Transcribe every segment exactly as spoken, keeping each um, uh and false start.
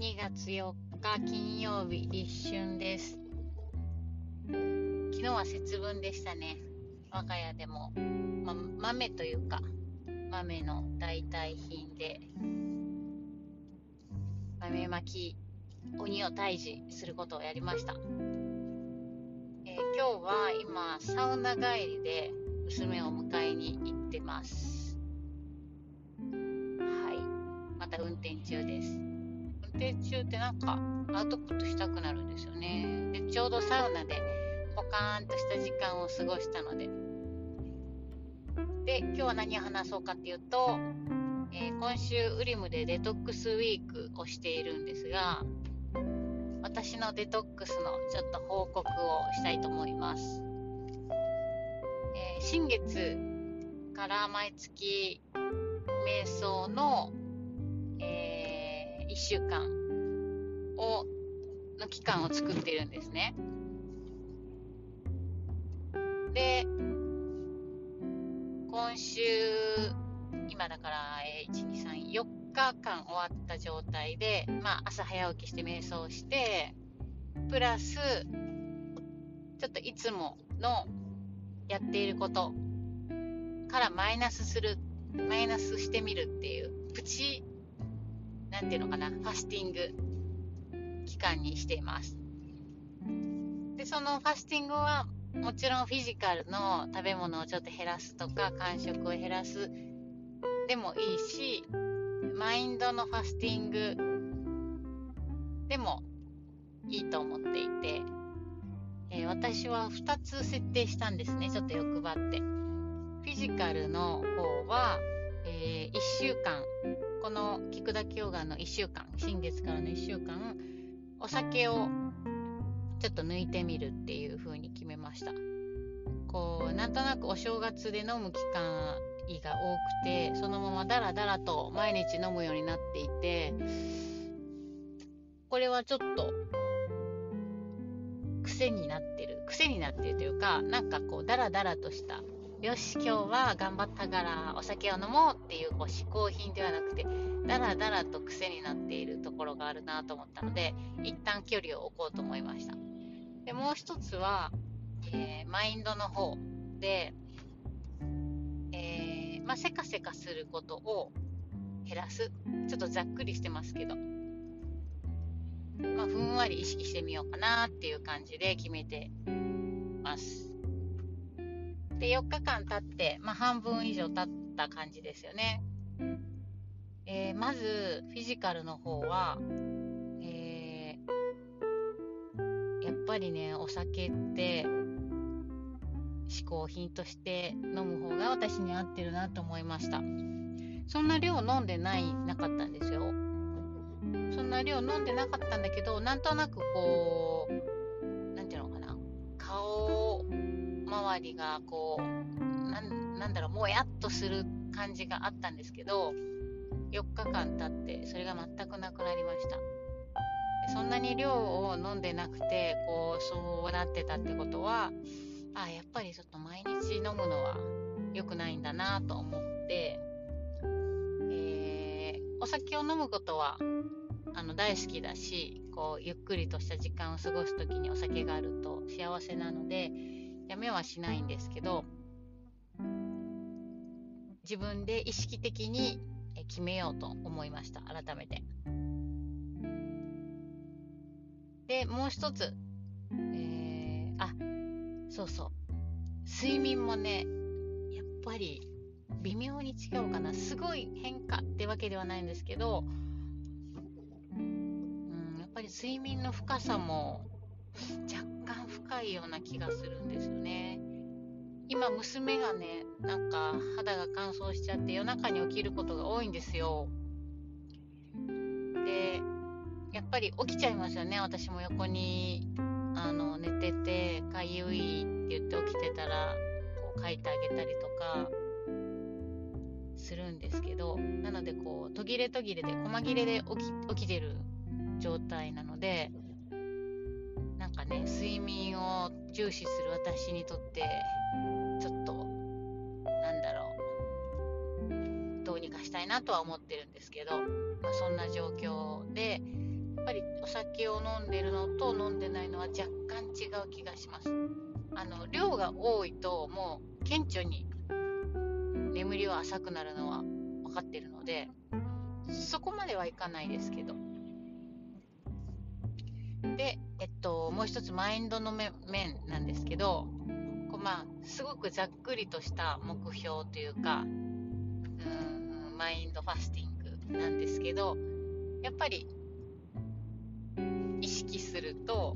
にがつよっか金曜日、立春です。昨日は節分でしたね。我が家でも、ま、豆というか豆の代替品で豆まき、鬼を退治することをやりました。えー今日は今サウナ帰りで娘を迎えに行ってます。はい、また運転中です。運転中ってなんかアウトプットしたくなるんですよね。でちょうどサウナでポカーンとした時間を過ごしたのでで今日は何を話そうかっていうと、えー今週ウリムでデトックスウィークをしているんですが、私のデトックスのちょっと報告をしたいと思います。えー新月から毎月瞑想の、えーいっしゅうかんをの期間を作っているんですね。で今週今だから、えー、いち、に、さん、よっかかん終わった状態で、まあ、朝早起きして瞑想してプラスちょっといつものやっていることからマイナスするマイナスしてみるっていうプチなんていうのかなファスティング期間にしています。でそのファスティングはもちろんフィジカルの食べ物をちょっと減らすとか間食を減らすでもいいし、マインドのファスティングでもいいと思っていて、えー私はふたつ設定したんですね。ちょっと欲張って。フィジカルの方は、えーいっしゅうかん、この聞くだけヨガのいっしゅうかん、新月からのいっしゅうかん、お酒をちょっと抜いてみるっていう風に決めました。こうなんとなくお正月で飲む期間が多くて、そのままダラダラと毎日飲むようになっていて、これはちょっと癖になってる癖になってるというか、なんかこうダラダラとした、よし今日は頑張ったからお酒を飲もうっていう、こう嗜好品ではなくてダラダラと癖になっているところがあるなと思ったので、一旦距離を置こうと思いました。でもう一つは、えーマインドの方で、えーまあ、せかせかすることを減らす。ちょっとざっくりしてますけど、まあ、ふんわり意識してみようかなっていう感じで決めてます。でよっかかん経って、まあ、半分以上経った感じですよね。えーまずフィジカルの方は、えーやっぱりね、お酒って嗜好品として飲む方が私に合ってるなと思いました。そんな量飲んでないなかったんですよ。そんな量飲んでなかったんだけど、なんとなくこうなんていうのかな、顔周りがこうなん、なんだろう、もやっとする感じがあったんですけど、よっかかん経ってそれが全くなくなりました。そんなに量を飲んでなくてこうそうなってたってことは、あやっぱりちょっと毎日飲むのは良くないんだなと思って、えーお酒を飲むことはあの大好きだし、こうゆっくりとした時間を過ごすときにお酒があると幸せなのでやめはしないんですけど、自分で意識的に決めようと思いました。改めて。でもう一つ、えー、あそうそう睡眠もね、やっぱり微妙に違うかな。すごい変化ってわけではないんですけど、うん、やっぱり睡眠の深さも若干深いような気がするんですよね。今娘がね、なんか肌が乾燥しちゃって夜中に起きることが多いんですよ。でやっぱり起きちゃいますよね。私も横にあの寝ててかゆいって言って起きてたらこう書いてあげたりとかするんですけど、なのでこう途切れ途切れで細切れで起き、起きてる状態なので、なんかね、睡眠を重視する私にとってちょっとなんだろう、どうにかしたいなとは思ってるんですけど、まあ、そんな状況でっぱりお酒を飲んでるのと飲んでないのは若干違う気がします。あの量が多いともう顕著に眠りは浅くなるのは分かってるので、そこまではいかないですけど。で、えっと、もう一つマインドの面なんですけど、こうまあすごくざっくりとした目標というか、うーんマインドファスティングなんですけど、やっぱり意識すると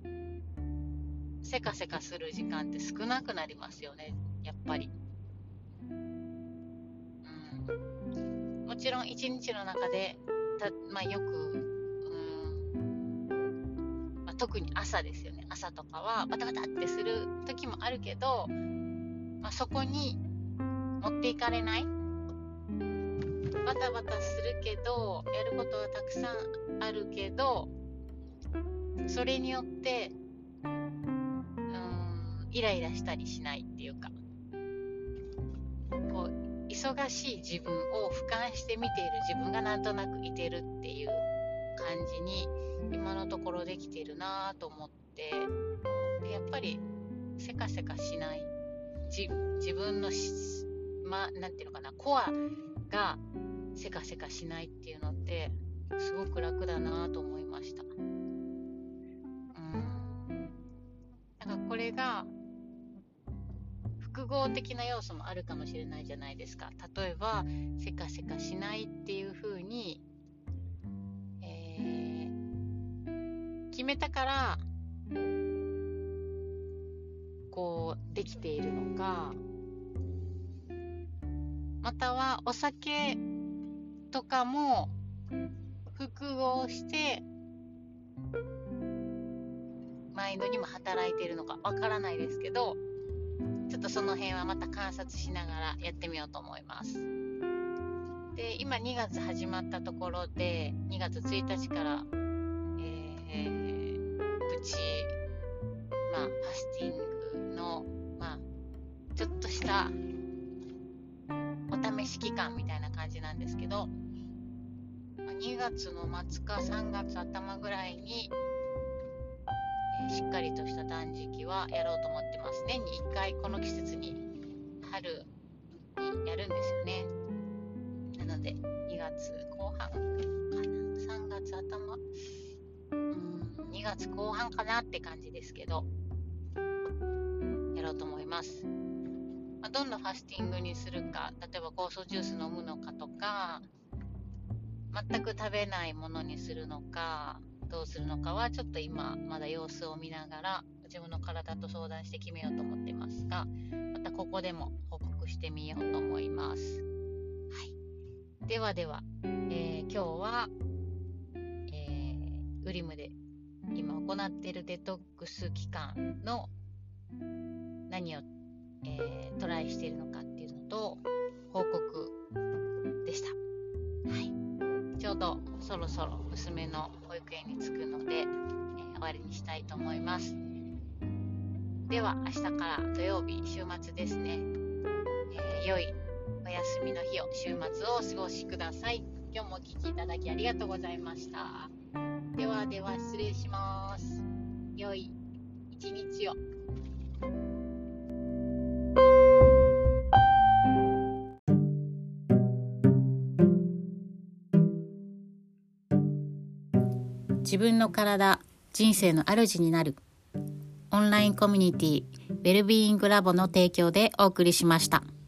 せかせかする時間って少なくなりますよね、やっぱり。うん、もちろん一日の中でた、まあ、よく、うんまあ、特に朝ですよね。朝とかはバタバタってする時もあるけど、まあ、そこに持っていかれない、バタバタするけどやることはたくさんあるけど、それによってうーんイライラしたりしないっていうか、こう忙しい自分を俯瞰して見ている自分がなんとなくいてるっていう感じに今のところできてるなと思って、でやっぱりせかせかしない、じ自分のし、ま、なんていうのかな、コアがせかせかしないっていうのってすごく楽だなと思いました。うん、なんかこれが複合的な要素もあるかもしれないじゃないですか。例えばせかせかしないっていう風に、えー、決めたからこうできているのか、またはお酒とかも複合してマインドにも働いているのかわからないですけど、ちょっとその辺はまた観察しながらやってみようと思います。で、今にがつ始まったところで、にがつついたちから、えー、プチ、まあ、ファスティングの、まあ、ちょっとしたお試し期間みたいな感じなんですけど、にがつの末かさんがつ頭ぐらいに、えー、しっかりとした断食はやろうと思ってます。年にいっかいこの季節に春にやるんですよね。なのでにがつこう半かな、さんがつ頭、うーんにがつこう半かなって感じですけど、やろうと思います。まあ、どんなファスティングにするか、例えば酵素ジュース飲むのかとか、全く食べないものにするのかどうするのかはちょっと今まだ様子を見ながら自分の体と相談して決めようと思ってますが、またここでも報告してみようと思います。はい、ではでは、えー、今日は、えー、ウリムで今行っているデトックス期間の何を、えー、トライしているのかっていうのと報告でした。はい、ちょうどそろそろ娘の保育園に着くので、えー、終わりにしたいと思います。では明日から土曜日、週末ですね、えー、良いお休みの日を、週末をお過ごしください。今日もお聞きいただきありがとうございました。ではでは失礼します。良い一日を。自分の体、人生の主になるオンラインコミュニティウェルビーイングラボの提供でお送りしました。